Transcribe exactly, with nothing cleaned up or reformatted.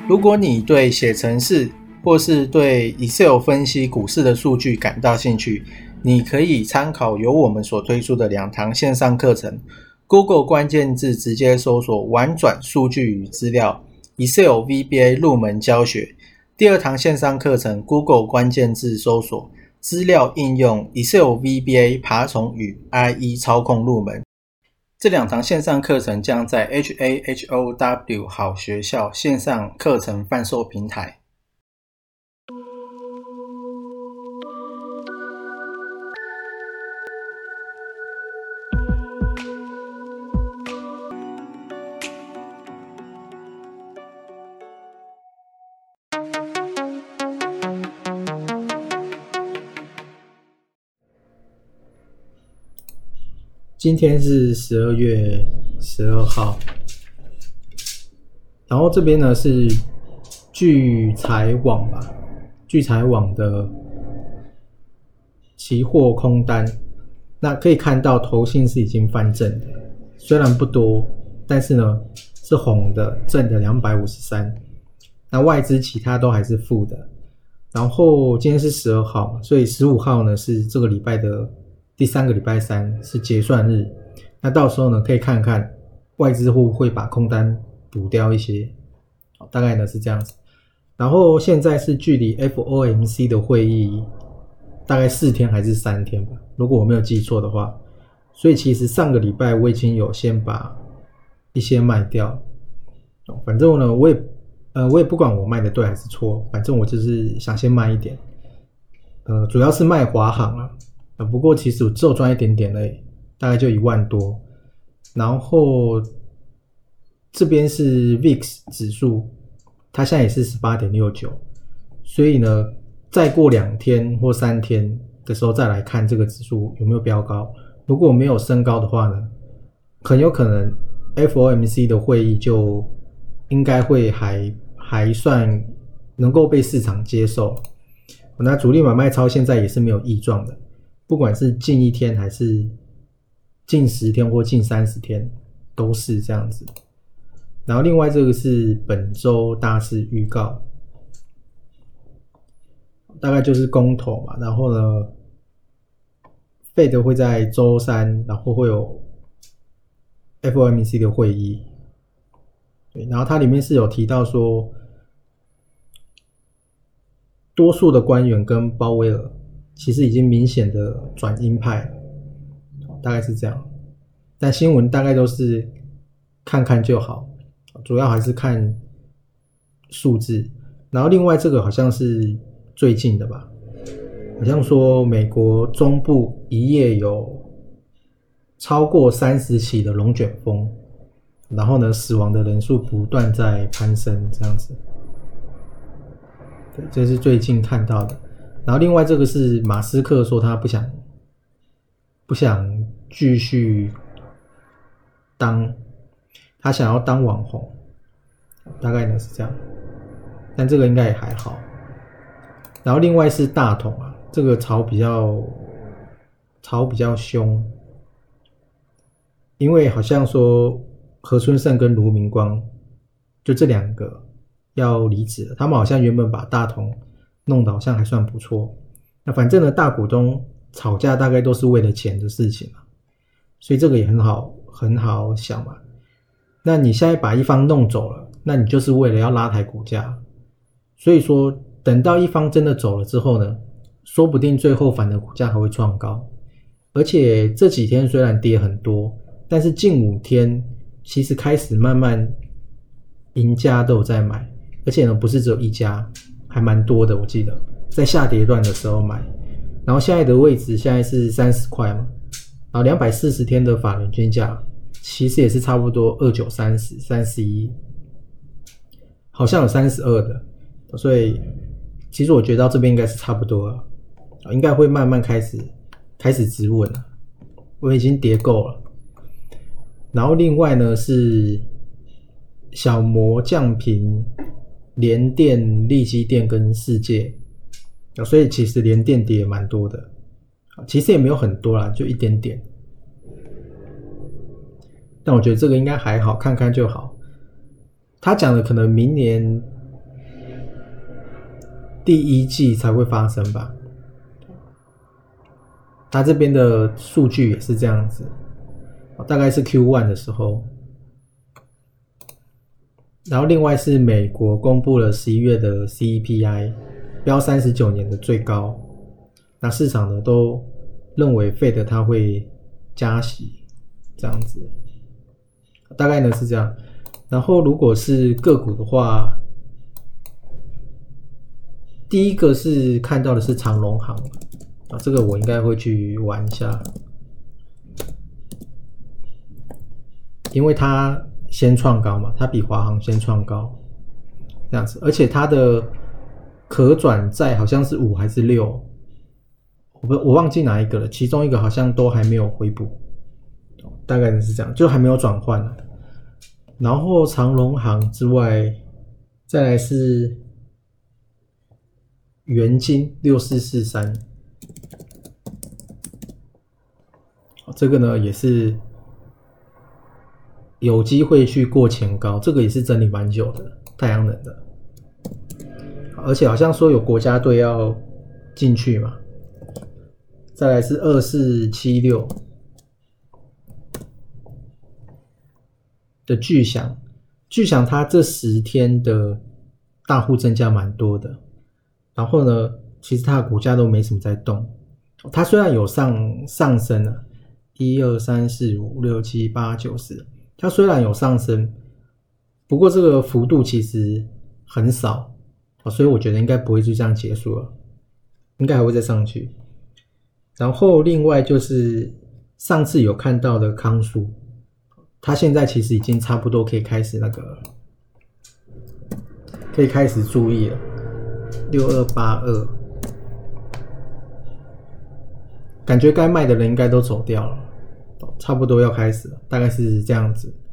如果你对写程式或是对 Excel 分析股市的数据感到兴趣，你可以参考由我们所推出的两堂线上课程。 Google 关键字直接搜索玩转数据与资料 Excel V B A 入门教学。第二堂线上课程 Google 关键字搜索资料应用 Excel V B A 爬虫与 I E 操控入门。这两堂线上课程将在 H A H O W 好学校线上课程贩售平台。今天是十二月十二号，然后这边呢是聚财网吧，聚财网的期货空单，那可以看到投信是已经翻正的，虽然不多，但是呢是红的，正的两百五十三，那外资其他都还是负的。然后今天是十二号，所以十五号呢是这个礼拜的第三个礼拜三，是结算日，那到时候呢可以看看外资户会把空单补掉一些，大概呢是这样子。然后现在是距离 F O M C 的会议大概四天还是三天吧，如果我没有记错的话，所以其实上个礼拜我已经有先把一些卖掉，反正呢我也呃我也不管我卖的对还是错，反正我就是想先卖一点，呃主要是卖华航啊。呃，不过其实我只有赚一点点而已，大概就一万多。然后这边是 V I X 指数，它现在也是 十八点六九， 所以呢再过两天或三天的时候再来看这个指数有没有飙高。如果没有升高的话呢，很有可能 F O M C 的会议就应该会还还算能够被市场接受。那主力买卖超现在也是没有异状的，不管是近一天还是近十天或近三十天都是这样子。然后另外这个是本周大事预告，大概就是公投嘛，然后呢 Fed 会在周三，然后会有 F O M C 的会议，对，然后它里面是有提到说多数的官员跟鲍威尔其实已经明显的转鹰派，大概是这样。但新闻大概都是看看就好，主要还是看数字。然后另外这个好像是最近的吧，好像说美国中部一夜有超过三十起的龙卷风，然后呢死亡的人数不断在攀升这样子。对，这是最近看到的。然后另外这个是马斯克说他不想不想继续当，他想要当网红，大概呢是这样，但这个应该也还好。然后另外是大同啊，这个炒比较炒比较凶，因为好像说何春盛跟卢明光就这两个要离职了，他们好像原本把大同弄得好像还算不错，那反正呢大股东吵架大概都是为了钱的事情嘛，所以这个也很好很好想嘛。那你现在把一方弄走了，那你就是为了要拉抬股价，所以说等到一方真的走了之后呢，说不定最后反而股价还会创高。而且这几天虽然跌很多，但是近五天其实开始慢慢赢家都有在买，而且呢不是只有一家，还蛮多的，我记得在下跌段的时候买。然后现在的位置现在是三十块嘛，然后两百四十天的法人均价其实也是差不多二九三十 三十一，好像有三十二的，所以其实我觉得到这边应该是差不多了，应该会慢慢开始开始止稳了，我已经跌够了。然后另外呢是小摩降评联电、力积电跟世界，所以其实联电跌也蛮多的，其实也没有很多啦，就一点点。但我觉得这个应该还好，看看就好。他讲的可能明年第一季才会发生吧。它这边的数据也是这样子，大概是 Q 一 的时候。然后另外是美国公布了十一月的 C E P I， 标三十九年的最高，那市场呢都认为 Fed 它会加息这样子，大概呢是这样。然后如果是个股的话，第一个是看到的是长荣航啊，这个我应该会去玩一下，因为它先创高嘛，它比华航先创高，这样子，而且它的可转债好像是五还是六，我不我忘记哪一个了，其中一个好像都还没有回补，大概是这样，就还没有转换了。然后长荣航之外，再来是元金六四四三，这个呢也是有机会去过前高，这个也是整理蛮久的，太阳能的，而且好像说有国家队要进去嘛。再来是二四七六的巨响，巨响它这十天的大户增加蛮多的，然后呢，其实它的股价都没什么在动，它虽然有上上升了，一二三四五六七八九十。它虽然有上升，不过这个幅度其实很少，所以我觉得应该不会就这样结束了，应该还会再上去。然后另外就是上次有看到的康舒，它现在其实已经差不多可以开始那个，可以开始注意了。六二八二，感觉该卖的人应该都走掉了。差不多要开始了，大概是这样子。